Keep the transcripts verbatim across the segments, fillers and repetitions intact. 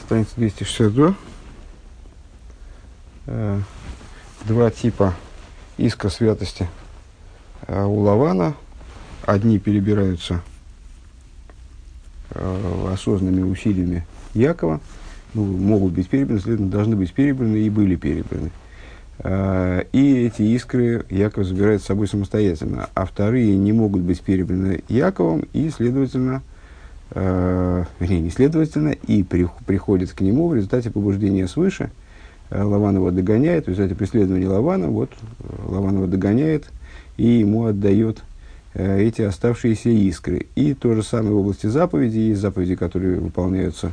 Страница двести шестьдесят два. Э, Два типа иска святости э, у Лавана. Одни перебираются э, осознанными усилиями Якова. Ну, могут быть перебраны, следовательно, должны быть перебраны и были перебраны. Э, и эти искры Яков забирает с собой самостоятельно. А вторые не могут быть перебраны Яковом и, следовательно, э, вернее, не следовательно, и при, приходят к нему в результате побуждения свыше. Лаван его догоняет, в результате преследования Лавана, вот Лаван его догоняет и ему отдает э, эти оставшиеся искры. И то же самое в области заповедей. Есть заповеди, которые выполняются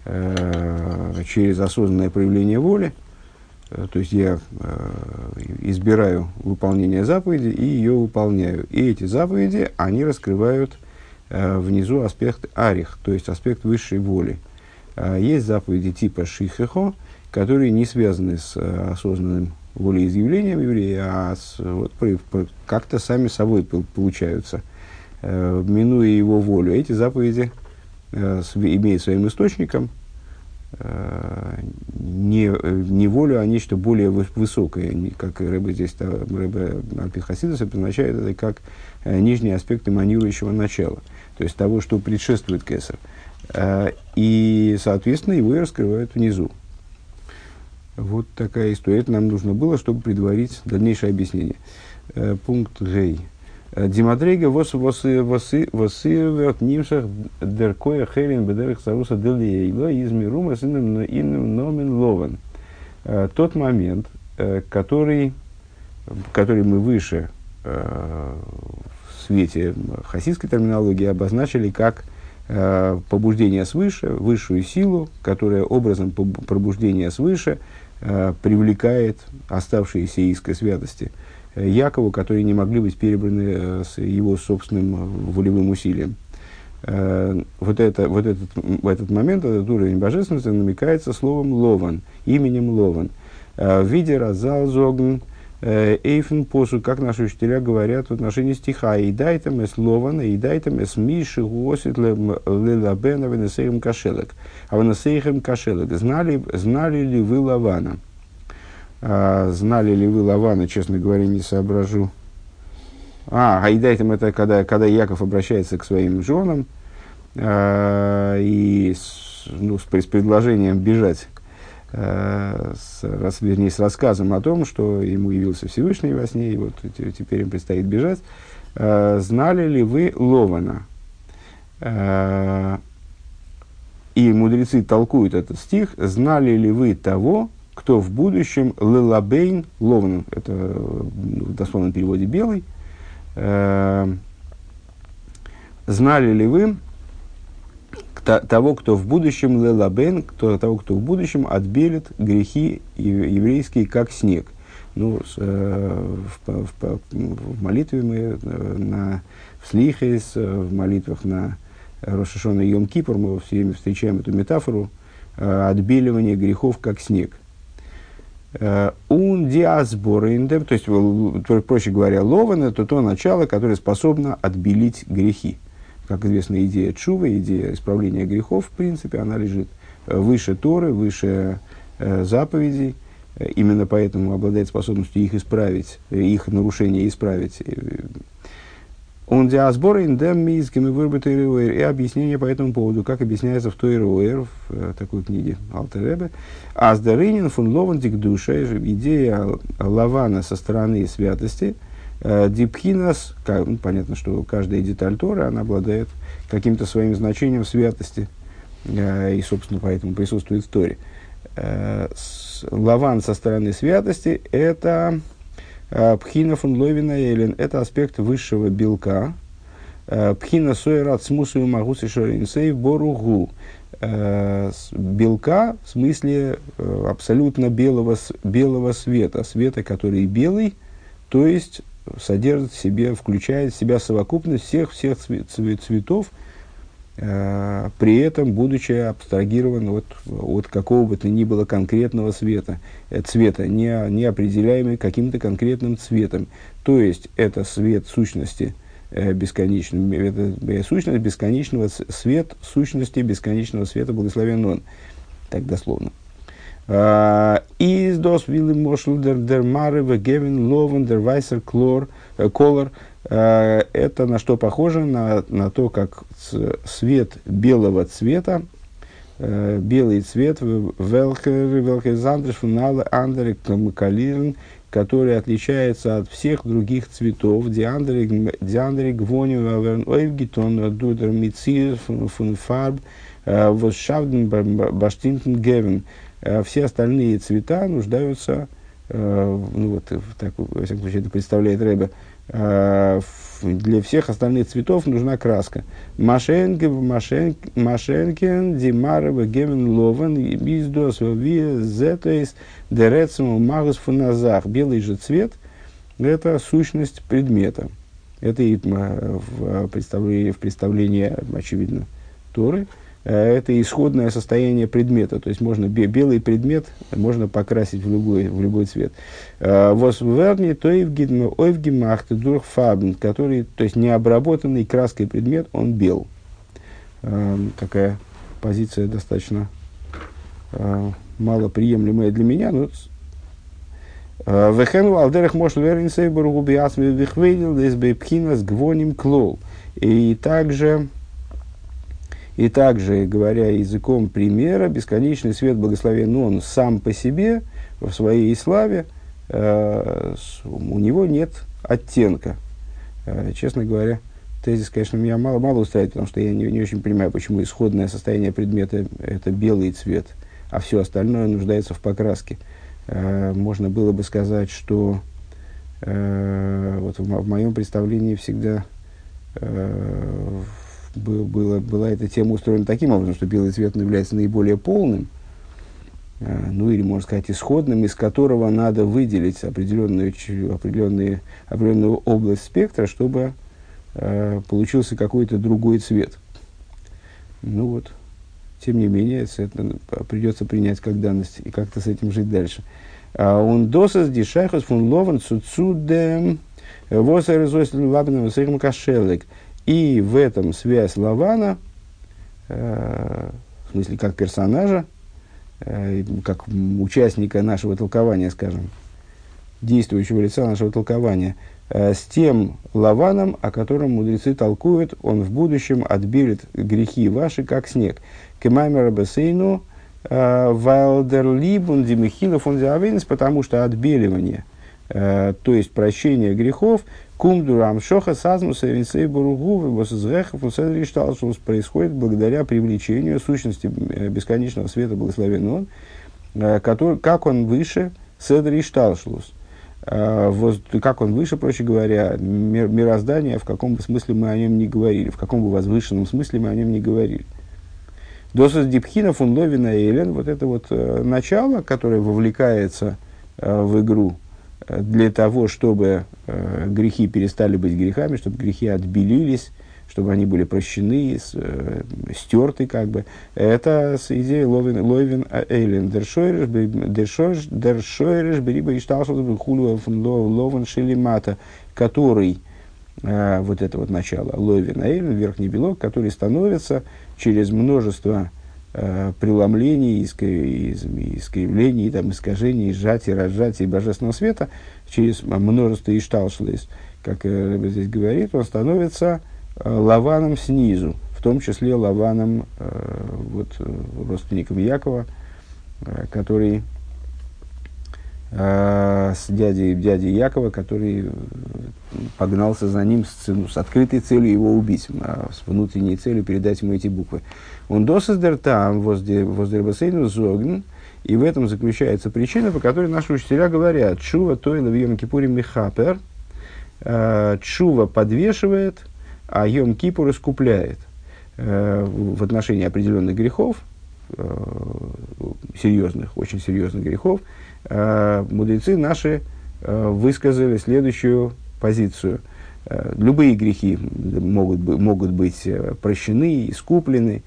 э, через осознанное проявление воли. Э, то есть я э, избираю выполнение заповеди и ее выполняю. И эти заповеди, они раскрывают э, внизу аспект арих, то есть аспект высшей воли. Э, есть заповеди типа шихехо, которые не связаны с э, осознанным волеизъявлением еврея, а с, вот, при, при, как-то сами собой получаются, э, минуя его волю. Эти заповеди э, с, имеют своим источником э, не, не волю, а нечто более высокое, не, как Рэбе здесь, Рэбе Альпид Хасидус обозначает это как э, нижний аспект эманирующего начала, то есть того, что предшествует кесар. Э, и, соответственно, его и раскрывают внизу. Вот такая история. Это нам нужно было, чтобы предварить дальнейшее объяснение. Э, пункт Гей. Димадрейга вос восы восы восырвет нимшах деркоя хелин бедерих саруса делиейла из мирума с иным иным номен лован. Тот момент, э, который, который мы выше э, в свете хасидской терминологии обозначили как э, побуждение свыше, высшую силу, которая образом пробуждения свыше э, привлекает оставшиеся иска святости э, Якову, которые не могли быть перебраны э, с его собственным волевым усилием. Э, вот, это, вот этот, в этот момент, этот уровень божественности намекается словом «лован», именем «лован». Э, в виде «разал зогн», Эйфен посу, как наши учителя говорят в отношении стиха, и дайте эс лована, и дайте эс миши гуосит лелабена венесейхем кашелек. А венесейхем кашелек. Знали, знали ли вы Лавана? А, знали ли вы Лавана, честно говоря, не соображу. А, а и дайте это когда, когда Яков обращается к своим женам а, и с, ну, с, с предложением бежать. С, раз, вернее, с рассказом о том, что ему явился Всевышний во сне, и вот теперь им предстоит бежать. Знали ли вы Лована? И мудрецы толкуют этот стих. Знали ли вы того, кто в будущем лелабейн, Лован, это в дословном переводе белый, знали ли вы того, кто в будущем лелабен, кто, того, кто в будущем отбелит грехи еврейские, как снег. Ну, с, э, в, в, в молитве мы э, на, в слихес, в молитвах на Рош ха-Шана и Йом-Кипур мы все время встречаем эту метафору э, отбеливания грехов, как снег. Un диасборендем, то есть, проще говоря, лован, это то начало, которое способно отбелить грехи. Как известно, идея тшувы, идея исправления грехов, в принципе, она лежит выше Торы, выше э, заповедей. Именно поэтому обладает способностью их исправить, их нарушения исправить. Он диасбор индем мизками вырбатый РОР. И объяснение по этому поводу, как объясняется в той РОР, в э, такой книге Алтер Ребе. Аздаринин фун ловантик душа, идея Лавана со стороны святости, Дипхинас, ну, понятно, что каждая деталь Торы, она обладает каким-то своим значением святости, э, и, собственно, поэтому присутствует в Торе. Э, с, Лаван со стороны святости – это э, Пхина фун ловина элен, это аспект высшего белка. Э, Пхина сойрат смусую магуси шоринсей боругу. Белка в смысле э, абсолютно белого, белого света, света, который белый, то есть содержит в себе, включает в себя совокупность всех, всех цвет, цвет, цветов, э, при этом будучи абстрагирован от, от какого бы то ни было конкретного света, э, цвета, не, не определяемый каким-то конкретным цветом. То есть это свет сущности э, бесконечного, это сущность бесконечного, свет сущности бесконечного света, благословен он. так дословно. Из дос вилли мошл дер дер мары вегевен ловен дер вайсер клор колор. Это на что похоже? На, на то, как свет белого цвета, белый цвет, который отличается от всех других цветов. Диандрик гвоню ойвгитон дудер мицир фун фарб восшавден баштинтен гевен. Все остальные цвета нуждаются, ну вот, так, во всяком случае, это представляет Ребе, для всех остальных цветов нужна краска. Машенкен, Димарова, Гевен, Ловен, Биздос, Зетейс, Дерецему, Магус, Фуназах. Белый же цвет – это сущность предмета. Это и в представлении, в представлении, очевидно, Торы. Это исходное состояние предмета, то есть можно белый предмет можно покрасить в любой, в любой цвет. Восверни ойвгемахт дурхфабн, который, то есть необработанный краской предмет, он бел. Такая позиция достаточно малоприемлемая для меня, но вехену алдерах можно верниться в бургубиасми вихвейл лесбейпхина с гвоним клол. И также И также, говоря языком примера, бесконечный свет благословен он сам по себе, в своей славе, э, у него нет оттенка. Э, честно говоря, тезис, конечно, меня мало, мало устраивает, потому что я не, не очень понимаю, почему исходное состояние предмета – это белый цвет, а все остальное нуждается в покраске. Э, можно было бы сказать, что э, вот в, в моем представлении всегда э, Было, была эта тема устроена таким образом, что белый цвет является наиболее полным, э, ну или, можно сказать, исходным, из которого надо выделить определенную, определенную, определенную область спектра, чтобы э, получился какой-то другой цвет. Ну вот, тем не менее, это придется принять как данность и как-то с этим жить дальше. Он досас дишайхос фун ловен цуцудем восерезойслен лабным сырым кашелек. И в этом связь Лавана, э, в смысле, как персонажа, э, как участника нашего толкования, скажем, действующего лица нашего толкования, э, с тем Лаваном, о котором мудрецы толкуют, он в будущем отбелит грехи ваши, как снег. Кемаймер бесейну вайлдерлибун димихила фондиавейнс, потому что отбеливание, э, то есть прощение грехов, Кумдурам шоха сазмуса винцей буругу выбосозрехов уседришталшус происходит благодаря привлечению сущности бесконечного света благословенного, который, как он выше седришталшус, как он выше, проще говоря, мироздание, в каком бы смысле мы о нем не говорили, в каком бы возвышенном смысле мы о нем не говорили. Досос дипхина фун ловина элен, вот это вот начало, которое вовлекается в игру, для того, чтобы э, грехи перестали быть грехами, чтобы грехи отбелились, чтобы они были прощены, с, э, стерты, как бы. Это с идеей ловен эйлен дершойреш бериба ишталшус хулу ловен шелимата, который, э, вот это вот начало, ловен эйлен, верхний белок, который становится через множество э, преломлений, искривлений, там, искажений, сжатий, разжатий божественного света, через множество ишталшлес, как Ребе здесь говорит, он становится э, лаваном снизу, в том числе лаваном, э, вот, родственником Якова, э, который э, с дядей, дядей Якова, который погнался за ним с, ну, с открытой целью его убить, а с внутренней целью передать ему эти буквы. Он досыздер там возле бассейна зогн, и в этом заключается причина, по которой наши учителя говорят: чува тойла в йом кипуре михапер, чува подвешивает, а йом кипур искупляет. В отношении определенных грехов, серьезных, очень серьезных грехов, мудрецы наши высказали следующую позицию. Любые грехи могут, могут быть прощены, искуплены,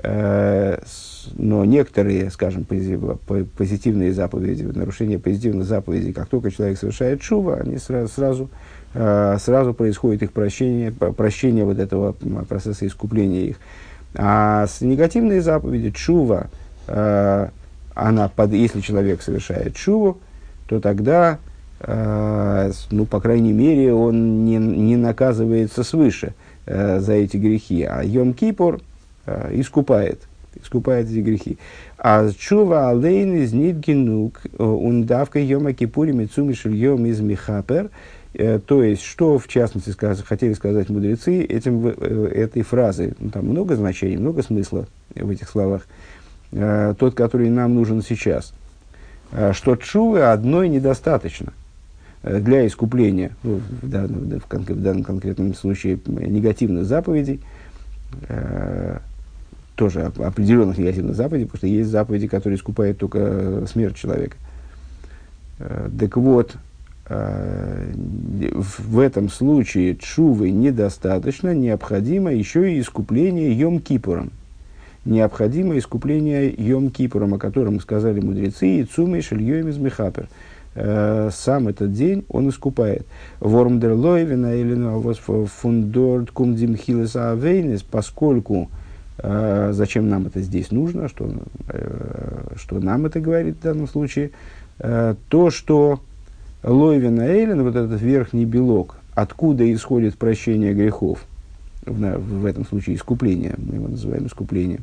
но некоторые, скажем, позитивные заповеди, нарушение позитивных заповедей, как только человек совершает шува, они сразу, сразу, сразу происходит их прощение, прощение вот этого процесса искупления их. А с негативные заповеди, шува, э, она под, если человек совершает шуву, то тогда, э, ну, по крайней мере, он не, не наказывается свыше э, за эти грехи, а Йом-Кипур э, искупает, искупает эти грехи. А чува алейн из нидгенук ундавка Йома Кипури мицумишель Йом из Михапер. То есть, что в частности сказ, хотели сказать мудрецы этим, этой фразой? Ну, там много значений, много смысла в этих словах. Тот, который нам нужен сейчас. Что тшувы одной недостаточно для искупления, ну, в, данном, в, кон- в данном конкретном случае, негативных заповедей, э, тоже определенных негативных заповедей, потому что есть заповеди, которые искупают только смерть человека. Э, так вот, э, в этом случае тшувы недостаточно, необходимо еще и искупление Йом-Кипуром. Необходимо искупление Йом-Кипуром, о котором мы сказали мудрецы, и цумей шельём из Михапер. Сам этот день он искупает. Вормдер лойвина или фундорт кумдим хилес авейнес, поскольку э, зачем нам это здесь нужно, что, э, что нам это говорит в данном случае, э, то, что лойвина эйлен, вот этот верхний белок, откуда исходит прощение грехов, в, в этом случае искупление, мы его называем искуплением,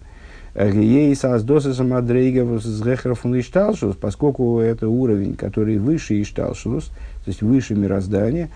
поскольку это уровень, который выше Ишталшус, то есть выше мироздания,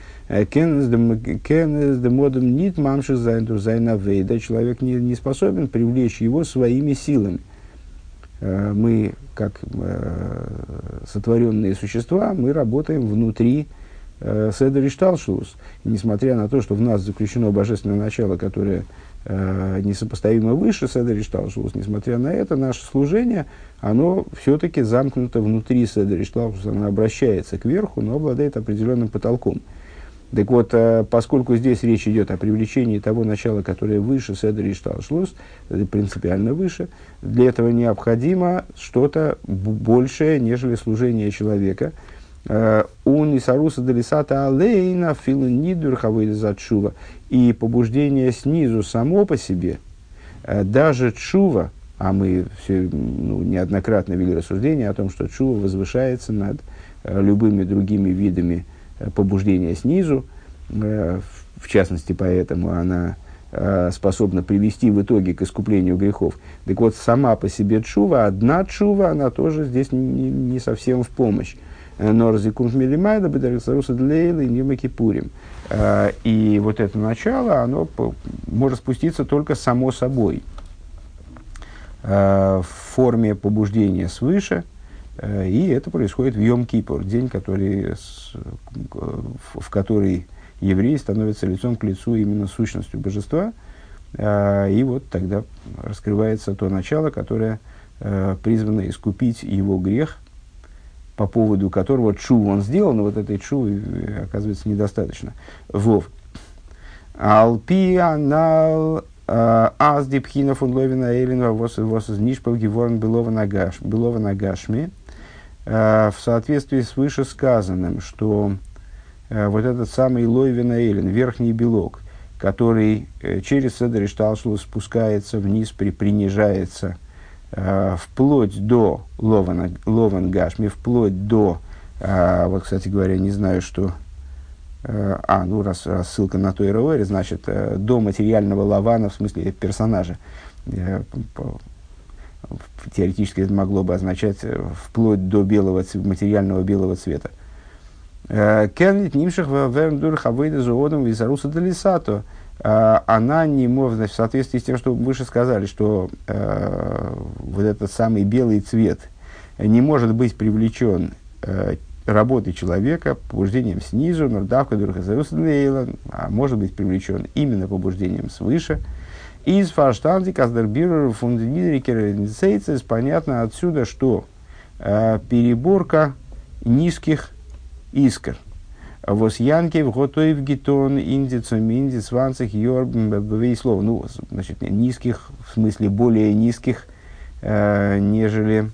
человек не, не способен привлечь его своими силами. Мы, как сотворенные существа, мы работаем внутри Седер Ишталшус, несмотря на то, что в нас заключено божественное начало, которое э, несопоставимо выше Седер Ишталшус, несмотря на это, наше служение, оно все-таки замкнуто внутри Седер Ишталшус, оно обращается кверху, но обладает определенным потолком. Так вот, э, поскольку здесь речь идет о привлечении того начала, которое выше Седер Ишталшус, принципиально выше, для этого необходимо что-то большее, нежели служение человека. Он и саруса делисата алейна филонидурхавы зачува. И побуждение снизу само по себе, даже чува, а мы все, ну, неоднократно вели рассуждение о том, что чува возвышается над любыми другими видами побуждения снизу, в частности, поэтому она способна привести в итоге к искуплению грехов. Так вот, сама по себе чува, одна чува, она тоже здесь не, не совсем в помощь. Норзикунт милимайда бедарисаруса длейла и нимакипурим. И вот это начало, оно по, может спуститься только само собой в форме побуждения свыше, и это происходит в Йом-Кипур, день, который, в который еврей становится лицом к лицу именно сущностью божества, и вот тогда раскрывается то начало, которое призвано искупить его грех, по поводу которого чуву он сделал, но вот этой чувы, оказывается, недостаточно. Вов. Алпи анал аздипхина фун ловина эйлина вос из нишпал геворн белова нагашми. В соответствии с вышесказанным, что вот этот самый лойвина эйлин, верхний белок, который через Седер Ишталшус спускается вниз, при, принижается, Uh, вплоть до Лован, Лован Гашми, вплоть до, uh, вот, кстати говоря, не знаю, что, uh, а, ну, раз, раз ссылка на Тойра Ойре, значит, uh, до материального Лавана, в смысле персонажа, uh, по, теоретически это могло бы означать uh, вплоть до белого, материального белого цвета. Кеннит нимших верндур хавейда зоодом визаруса делисато. Она не может, в соответствии с тем, что выше сказали, что э, вот этот самый белый цвет не может быть привлечен э, работой человека, побуждением снизу, но давка а может быть привлечен именно побуждением свыше. Из фарштанди каздербирер фундинирикер понятно отсюда, что э, переборка низких искр. Вос Янкев готовив гитон индицум индиц ванцах йорб слов. Ну, значит, низких, в смысле более низких, э, нежели,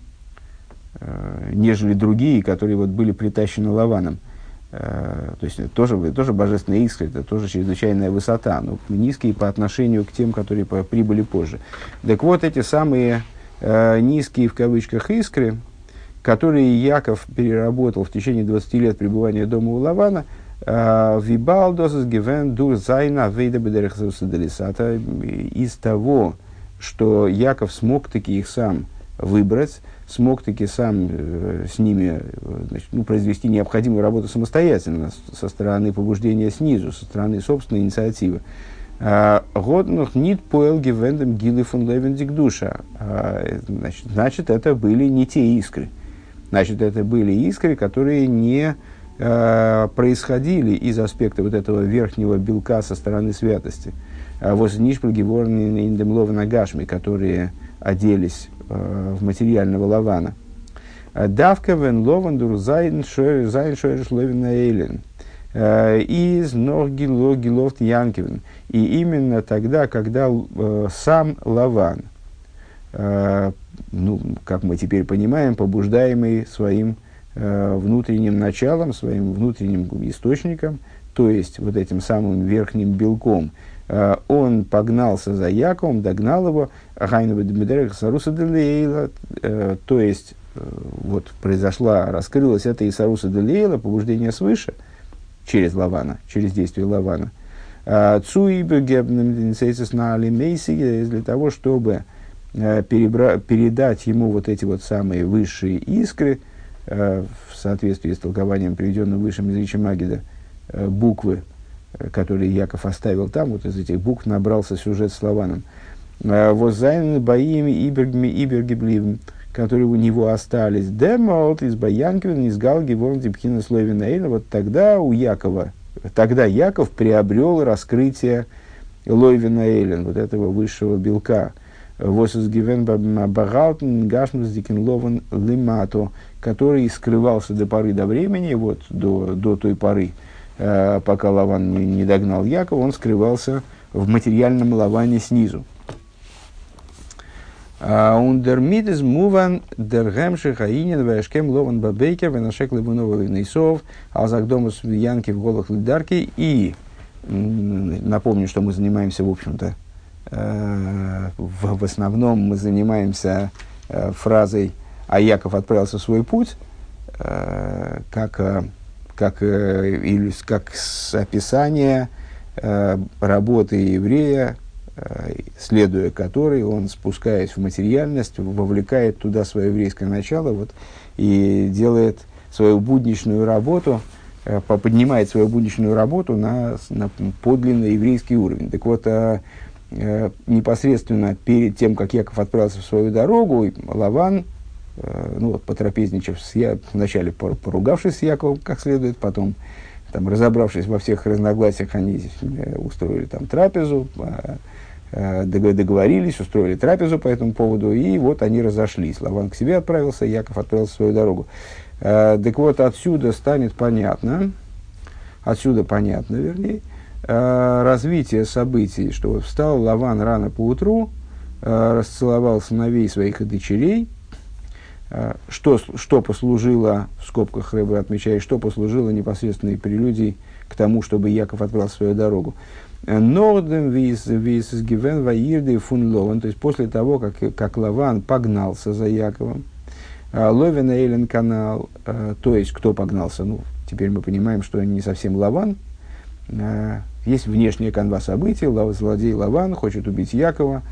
э, нежели другие, которые вот были притащены Лаваном. Э, то есть, тоже, тоже божественная искра, это тоже чрезвычайная высота, но низкие по отношению к тем, которые по, прибыли позже. Так вот, эти самые э, низкие в кавычках искры, которые Яков переработал в течение двадцати лет пребывания дома у Лавана, «Вибалдос гивен дур зайна вейда бедерехсуса делисата», из того, что Яков смог таки их сам выбрать, смог таки сам э, с ними значит, ну, произвести необходимую работу самостоятельно, со стороны побуждения снизу, со стороны собственной инициативы. Годнух нит поэл гивендем гилы фун левендик душа. Значит, это были не те искры. Значит, это были искры, которые не э, происходили из аспекта вот этого верхнего белка со стороны святости. Вознишпельгеворны индемлова нагашми, которые оделись э, в материального лавана. Давка вен ловандур зайн шойреш ловен эйлен. Из ноги логилофт янкивен. И именно тогда, когда э, сам лаван, э, ну, как мы теперь понимаем, побуждаемый своим э, внутренним началом, своим внутренним источником, то есть вот этим самым верхним белком, э, он погнался за Яковом, догнал его, э, то есть э, вот произошла, раскрылась эта Исаруса де Лейла, побуждение свыше, через Лавана, через действие Лавана, для того, чтобы перебра- передать ему вот эти вот самые высшие искры, в соответствии с толкованием, приведенным высшим из Ричи Магида, буквы, которые Яков оставил там, вот из этих букв набрался сюжет с Лаваном. «Воззайны боими ибергми ибергибливым», которые у него остались. «Демолт из Баянкивен, из Галги, вон Дипхина Слойвина». Вот тогда у Якова, тогда Яков приобрел раскрытие Лойвина Эйлен, вот этого высшего белка. «Восизгивен багалтен гашнус дикенловен лимато», который скрывался до поры до времени, вот до, до той поры, э, пока Лаван не, не догнал Якова, он скрывался в материальном Лаване снизу. Ундермидес муван дергемши хаинин вешкем лован бабейкер венашек левунова венейсов алзагдомус янки в голых лидарки. И напомню, что мы занимаемся, в общем-то, в, в основном мы занимаемся фразой «А Яков отправился в свой путь», как, как, как описание работы еврея, следуя которой он, спускаясь в материальность, вовлекает туда свое еврейское начало вот, и делает свою будничную работу, поднимает свою будничную работу на, на подлинно еврейский уровень. Так вот, непосредственно перед тем, как Яков отправился в свою дорогу, Лаван, ну, вот, потрапезничав, с Я... вначале поругавшись с Яковом как следует, потом там, разобравшись во всех разногласиях, они устроили там трапезу, договорились, устроили трапезу по этому поводу, и вот они разошлись. Лаван к себе отправился, Яков отправился в свою дорогу. Так вот, отсюда станет понятно, отсюда понятно, вернее, развитие событий, что встал Лаван рано поутру, расцеловал сыновей своих и дочерей, что, что послужило, в скобках Рэбе отмечает, что послужило непосредственной прелюдией к тому, чтобы Яков отправился в свою дорогу. Нордем вис вис гивен ваирды фун Лован, то есть после того, как, как Лаван погнался за Яковом, Ловен Эйлен канал, то есть кто погнался, ну, теперь мы понимаем, что не совсем Лаван, есть внешняя канва событий, злодей Лаван хочет убить Якова,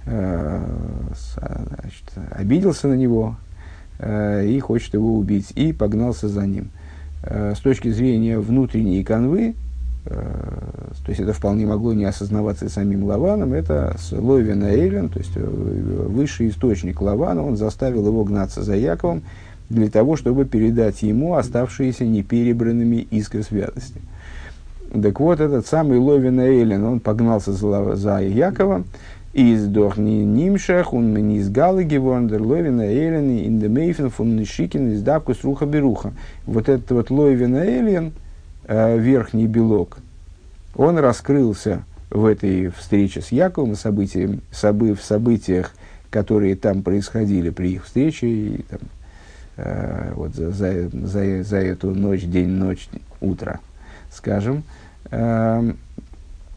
значит, обиделся на него и хочет его убить, и погнался за ним. С точки зрения внутренней канвы, то есть это вполне могло не осознаваться и самим Лаваном, это Лойвен Эйлен, то есть высший источник Лавана, он заставил его гнаться за Яковом для того, чтобы передать ему оставшиеся неперебранными искры святости. Так вот, этот самый Лойвен Эйлен, он погнался за, за Яковом, из дох нимшах, он не из галы гевондер, Лойвен Эйлен, индемейфен, фун нишикин, из давку с руха беруха. Вот этот вот Лойвен Эйлен, верхний белок, он раскрылся в этой встрече с Яковом, событием, собы, в событиях, которые там происходили при их встрече, и, там, э, вот за, за, за, за эту ночь, день, ночь, утро, скажем. Э,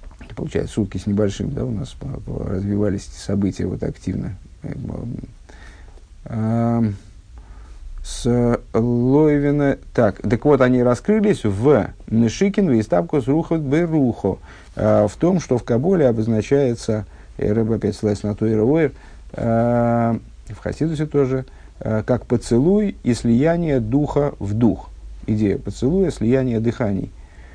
получается, сутки с небольшим, да, у нас по, по, развивались эти события вот активно. С Лойвина. Так, так вот, они раскрылись в Нешикин в Истапкус Рухот Берухо, в том, что в Каболе обозначается, и Рэб опять ссылается на то и Роэр, в Хасидусе тоже, как поцелуй и слияние духа в дух. Идея поцелуя, слияние дыханий.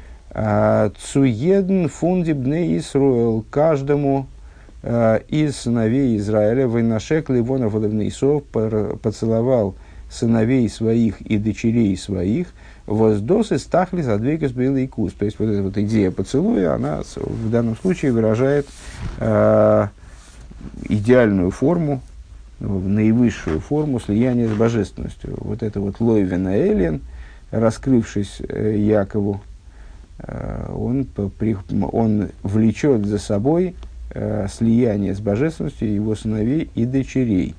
Цуедн фунди бне Исруэл, каждому из сыновей Израиля, войнашек ливонов Исов поцеловал сыновей своих и дочерей своих, воздосы стахли задвигас белый кус. То есть, вот эта вот идея поцелуя, она в данном случае выражает э, идеальную форму, наивысшую форму слияния с божественностью. Вот это вот Лойвена Элен, раскрывшись э, Якову, э, он, при, он влечет за собой э, слияние с божественностью его сыновей и дочерей.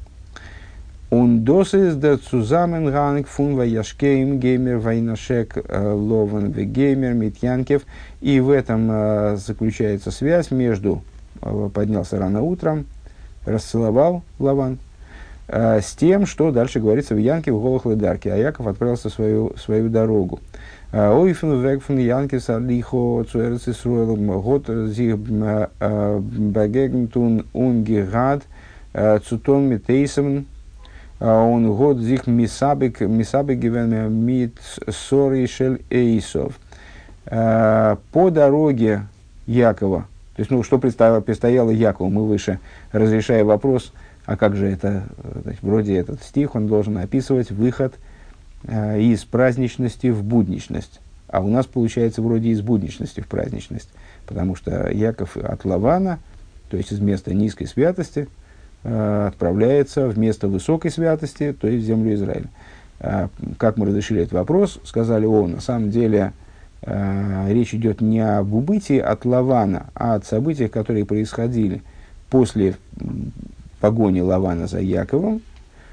Он досыс да цузаменганг фун ваяшкейм геймер вайнашек лован ве геймер митянкев. И в этом uh, заключается связь между uh, поднялся рано утром, расцеловал Лаван, uh, с тем, что дальше говорится в Янке в голых ледарке, а Яков отправился в свою, свою дорогу. Ойфен век фун Янке салихо цуэрц Исруэл гот зих багегнтун унгигад цутон митейсен. Он год зих мисабик мисабик гивен мит сори шель эйсов. По дороге Якова, то есть, ну, что предстояло, предстояло Якову, мы выше, разрешая вопрос, а как же это, значит, вроде этот стих, он должен описывать выход э, из праздничности в будничность. А у нас получается вроде из будничности в праздничность, потому что Яков от Лавана, то есть из места низкой святости, отправляется в место высокой святости, то есть в землю Израиля. Как мы разрешили этот вопрос, сказали, о, на самом деле речь идет не об убытии от Лавана, а от событиях, которые происходили после погони Лавана за Яковом,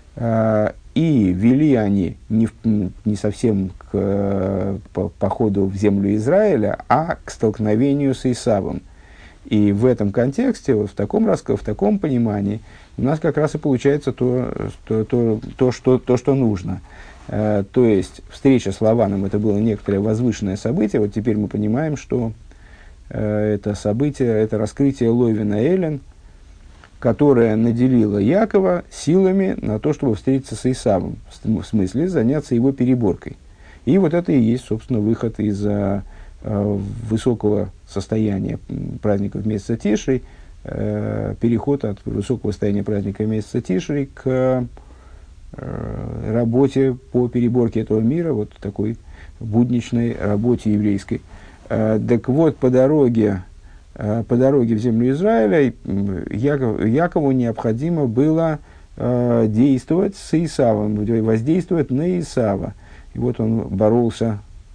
и вели они не, в, не совсем к по, походу в землю Израиля, а к столкновению с Исавом. И в этом контексте, вот в таком, в таком понимании, у нас как раз и получается то, то, то, то, что, то что нужно. Э, то есть, встреча с Лаваном – это было некоторое возвышенное событие. Вот теперь мы понимаем, что э, это событие, это раскрытие Лойвена Элен, которое наделило Якова силами на то, чтобы встретиться с Исавом, в смысле заняться его переборкой. И вот это и есть, собственно, выход из э, высокого состояния праздников месяца Тишри, э, переход от высокого состояния праздника месяца Тишри к э, работе по переборке этого мира, вот такой будничной работе еврейской. Э, так вот, по дороге, э, по дороге в землю Израиля Яков, Якову необходимо было э, действовать с Исавом, воздействовать на Исава. И вот он боролся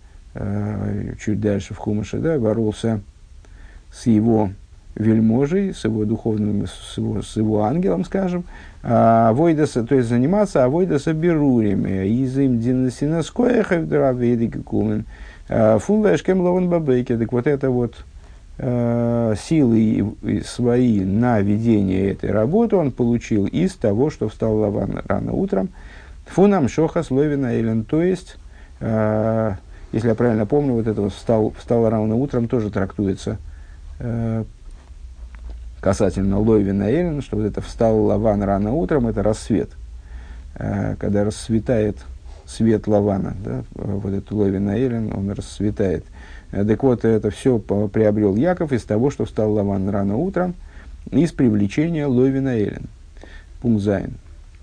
чуть дальше в Хумаше, да, боролся с его вельможей, с его духовным, с его, с его ангелом, скажем, а, войдаса, то есть заниматься авойдаса берурими, изым динасинаскоехав драведики кумен, фунлэшкем лован бабейки. Так вот это вот а, силы свои на ведение этой работы он получил из того, что встал Лаван рано утром, фунам шохас ловина элен, то есть а, если я правильно помню, вот это вот встал, встал рано утром тоже трактуется э, касательно Лойвена Элен, что вот это встал Лаван рано утром, это рассвет. Э, когда расцветает свет Лавана, да, вот этот Лойвена Элен, он расцветает. Э, так вот, это все приобрел Яков из того, что встал Лаван рано утром, из привлечения Лойвена Элен. Пункт Зайн.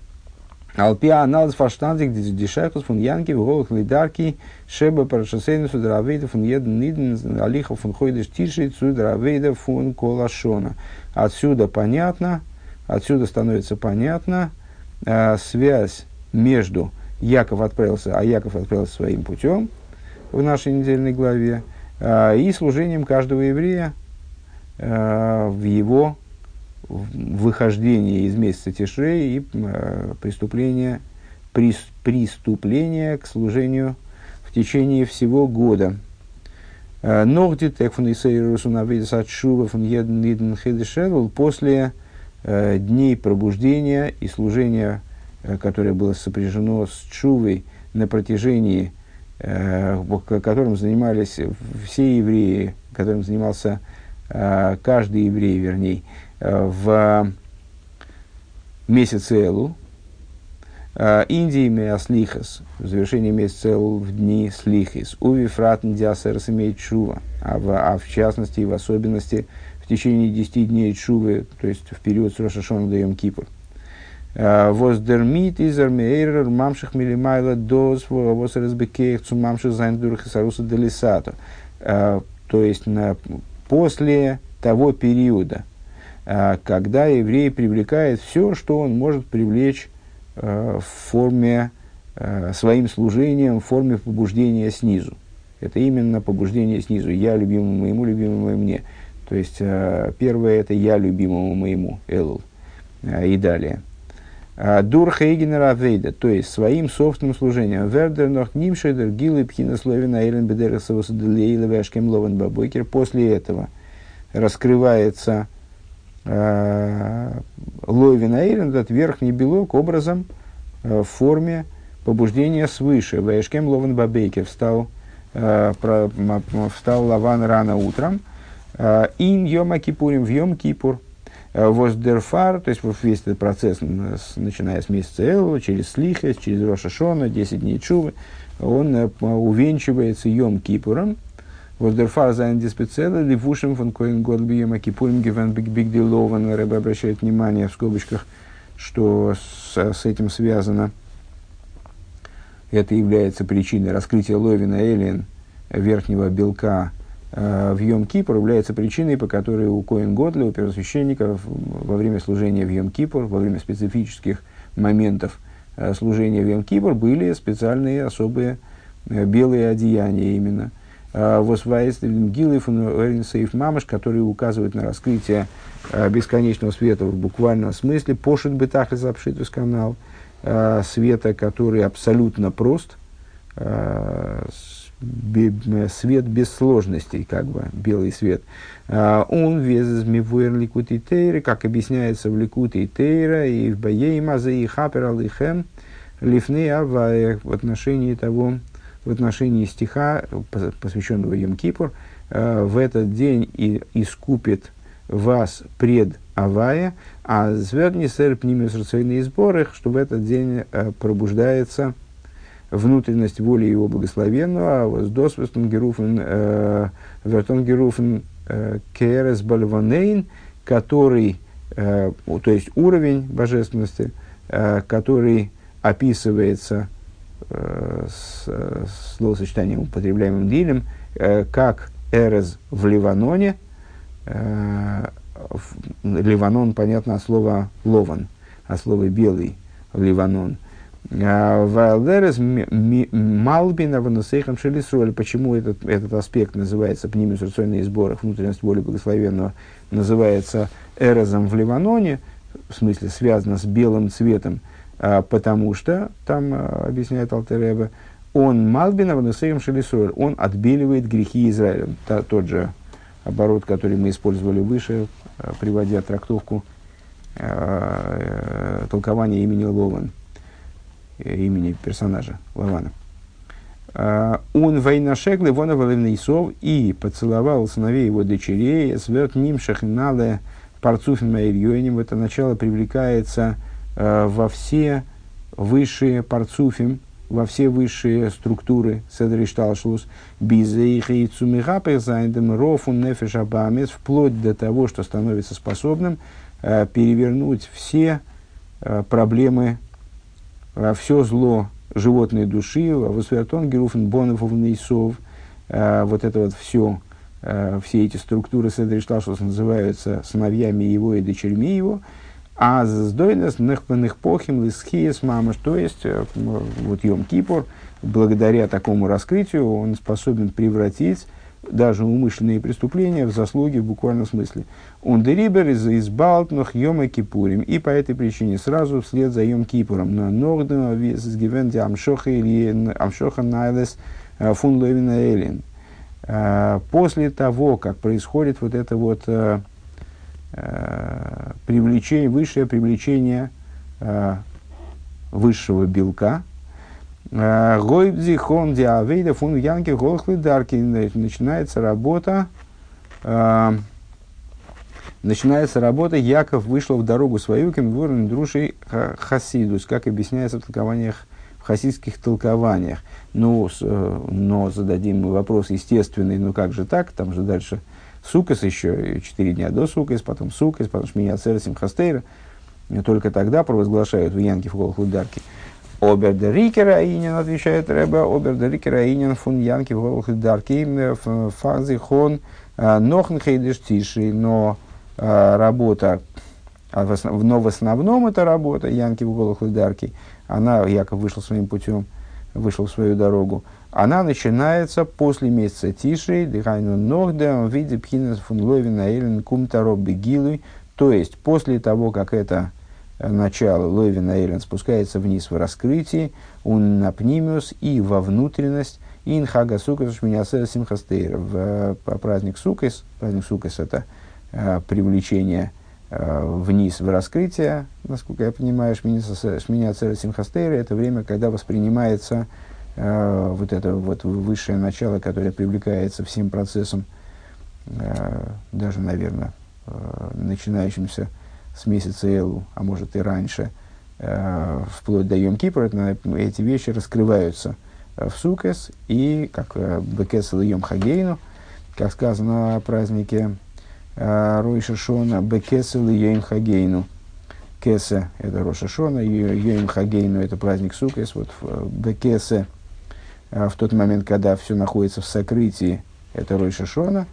Алпиа анализ фаштандик дешайхус фун янки в голых лидарки шеба парашасейну судравейда фун еден ниден алиха фун хойдеш тиши судравейда фун колашона. Отсюда понятно, отсюда становится понятна э, связь между Яков отправился, а Яков отправился своим путем в нашей недельной главе, э, и служением каждого еврея э, в его выхождение из месяца Тишрей и э, преступление, прис, преступление к служению в течение всего года. После э, дней пробуждения и служения которое было сопряжено с тшувой на протяжении, которым занимались все евреи, которым занимался каждый еврей, вернее, в месяце Элул, Индии Слихас, в завершении месяца Элул в дни Слихис, Уви Фратн Диасерс имеет Шува, а в, а в частности и в особенности в течение десяти дней Шувы, то есть в период с Рош ха-Шана до Йом Кипур. Воздермит из армейрер мамших милимайла доз восразбекех цу мамших зайндурах и саруса делисато. То есть на, после того периода, когда еврей привлекает все, что он может привлечь в форме, своим служением, в форме побуждения снизу. Это именно побуждение снизу. Я любимому моему, любимому мне. То есть, первое – это я любимому моему, Элул. И далее. Дур хейгенера авейда, то есть своим собственным служением. Вердер нох нимшедер гилы пхина словена эйлен бедересовос делейле вешкем ловен бабойкер. После этого раскрывается ловен эйлен, этот верхний белок, образом в форме побуждения свыше. Вешкем ловен бабейкер. Встал, встал Лаван рано утром. Ин йома кипурим в йом кипур. Воздерфар, то есть весь этот процесс, начиная с месяца Элу, через Слихес, через Рош ха-Шана, десять дней Чувы, он увенчивается Йом Кипуром. Воздерфар зайн диспецела, ливушем фон коин год бьема кипурим гивен биг биг дилован. Рэбе обращает внимание в скобочках, что с, с этим связано. Это является причиной раскрытия ловина элен, верхнего белка, в Йом Кипур, является причиной, по которой у Коэн Годля, у первосвященника во время служения в Йом Кипур, во время специфических моментов служения в Йом Кипур были специальные особые белые одеяния именно. Восвайс Гилев Эринсейф Мамаш, которые указывают на раскрытие бесконечного света в буквальном смысле, пошит бетахлис обшитус канал, света, который абсолютно прост, свет без сложностей, как бы, белый свет. Он вез мивуэр ликут и тейра, как объясняется в ликут и тейра, и в баей мазы и хапер алихем лифны авая, в отношении того, в отношении стиха, посвященного Йом Кипур, в этот день и искупит вас пред авая, а зверни сэр пнимес рационные сборы, что в этот день пробуждается внутренность воли его благословенного, воздосвестен геруфен вертон геруфен керес бальванейн, который, то есть уровень божественности, который описывается с словосочетанием, употребляемым Дилем, как эрез в Ливаноне. Ливанон, понятно, от слова лован, от слова белый, Ливанон. Вайлдерес Малбина Ванусейхам Шелисроль. Почему этот, этот аспект называется пнимис рационные сборы, внутренность воли благословенного, называется эрозом в Ливаноне, в смысле связано с белым цветом, потому что, там объясняет Алтер Ребе, он Малбина Ванусейхам Шелисроль, он отбеливает грехи Израиля. Та, тот же оборот, который мы использовали выше, приводя трактовку э, толкования имени Лован, имени персонажа Лавана. Он войнашеглы вона валивнейсов и поцеловал сыновей его дочерей, сверт ним шахинале парцуфин маирьёним. Это начало привлекается э, во все высшие парцуфим, во все высшие структуры седришталшлус бизейхи цумигапер зайндем рофун нефеш абамес, вплоть до того, что становится способным э, перевернуть все э, проблемы, все зло животной души, восвертон геруфен бонов нейсов, вот это вот все, все эти структуры седришталшус называются сыновьями его и дочерьми его, а сдойнес нехпаных похим лисхиес мамаш, то есть вот Йом Кипур, благодаря такому раскрытию он способен превратить даже умышленные преступления в заслуги в буквальном смысле. Он дерибер из избалтнох Йома Кипурим. И по этой причине сразу вслед за Йом Кипуром. Но норден визгивенди амшоха или амшоха найлес фун ловина элин. После того, как происходит вот это вот привлечение, высшее привлечение высшего белка. Гойбзи хон диавейда фун янки голхлы дарки. Начинается работа, э, начинается работа, Яков вышел в дорогу свою, кемдворн друшей хасидус, как объясняется в толкованиях, в хасидских толкованиях. Ну, с, но зададим вопрос естественный, ну как же так, там же дальше Суккос еще, четыре дня до Суккос, потом Суккос, потом Шмини Ацерес Симхас-Тейра. Только тогда провозглашают в Янке в голхлы дарки. Обер де Рикера Инин, отвечает Ребе, Обер де Рикера Инин фун Янки в голхлы дарки, фази хон нохн хейдеш тиши, но работа, но в основном эта работа Янки в голхлы дарки, она, Яков вышел своим путем, вышел в свою дорогу, она начинается после месяца Тиши, дыхайну ногде, в виде пхинес фун лойвина элен кумтаро бегилуй, то есть после того, как это начало лойвина элен спускается вниз в раскрытии, он напнимиус и во внутренность, ин хага сукас шминясер симхастейр, в праздник Суккос, праздник Суккос это э, привлечение э, вниз в раскрытие, насколько я понимаю, шминясер симхастейр, это время, когда воспринимается э, вот это вот высшее начало, которое привлекается всем процессом, э, даже, наверное, э, начинающимся с месяца Элу, а может и раньше, э, вплоть до Йом-Кипура, эти вещи раскрываются в Суккос, и как Бекесел и Йом Хагейну, как сказано о празднике э, Роша Шона, Бекесел и Йом Хагейну. Кесе – это Роша Шона, Йом Хагейну – это праздник Суккос. Вот в Бекесе, э, в тот момент, когда все находится в сокрытии, это Роша Шона.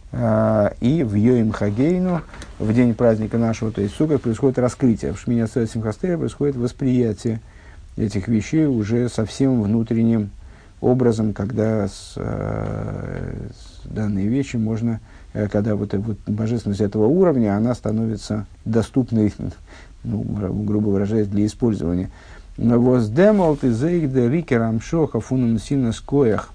И в Йоим Хагейну, в день праздника нашего, то есть Суккот, происходит раскрытие. В Шмини Ацерес Симхас-Тейра происходит восприятие этих вещей уже совсем внутренним образом, когда с, с данные вещи можно, когда вот, вот божественность этого уровня, она становится доступной, ну, грубо выражаясь, для использования. Воздемолт из эйгда рикерам шоха фунансина скоях,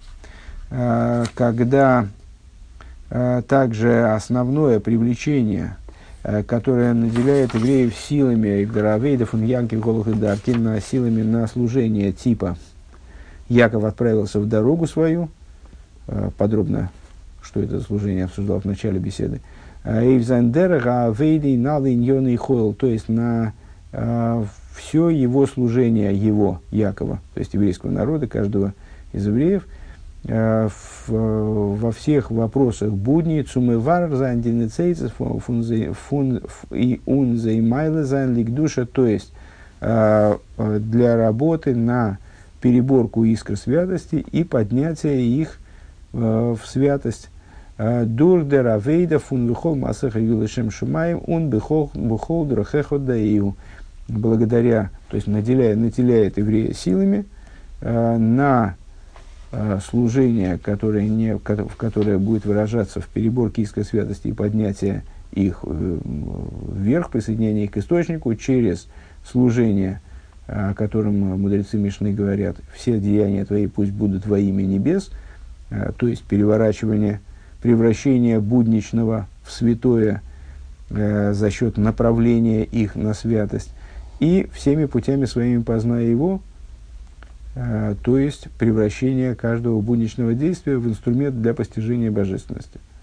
когда также основное привлечение, которое наделяет евреев силами, Игдаравейдов, Янки, Голух и Даркин, силами на служение типа Яков отправился в дорогу свою, подробно, что это служение обсуждал в начале беседы, Эйвзандерга, Вейди, Налы, Ньоны и Хойл, то есть на все его служение, его, Якова, то есть еврейского народа, каждого из евреев, во всех вопросах будни, цумывар зандинецейцес и унзеймайле зайнликдуша, то есть для работы на переборку искр святости и поднятие их в святость. Дурдер авейда фун бихол масаха юлешем шумаем ун бихол бихол драхехо даиу, благодаря, то есть наделяя, наделяет еврея силами на служение, которое, не, в которое будет выражаться в переборке искра святости и поднятие их вверх, присоединение их к источнику, через служение, о котором мудрецы Мишны говорят, все деяния твои пусть будут во имя небес, то есть переворачивание, превращение будничного в святое за счет направления их на святость, и всеми путями своими позная его, то есть превращение каждого будничного действия в инструмент для постижения божественности.